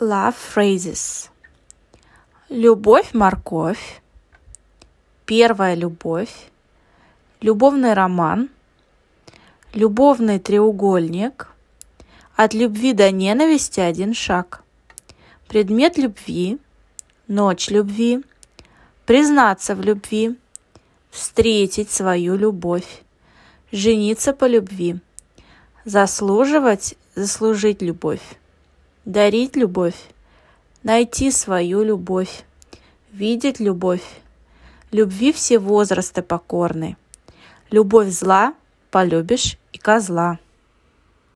Love phrases. Любовь-морковь. Первая любовь. Любовный роман. Любовный треугольник. От любви до ненависти один шаг. Предмет любви. Ночь любви. Признаться в любви. Встретить свою любовь. Жениться по любви. Заслуживать, заслужить любовь. Дарить любовь. Найти свою любовь. Видеть любовь. Любви все возрасты покорны. Любовь зла, полюбишь и козла.